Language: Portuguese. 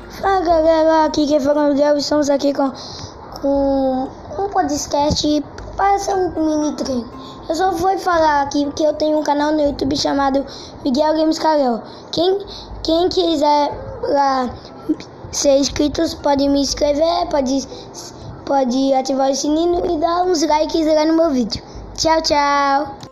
Fala galera, aqui quem fala é o Miguel. Estamos aqui com um podcast para ser um mini treino. Eu só vou falar aqui que eu tenho um canal no YouTube chamado Miguel Games Carol. Quem quiser lá ser inscrito pode me inscrever, pode ativar o sininho e dar uns likes lá no meu vídeo. Tchau, tchau!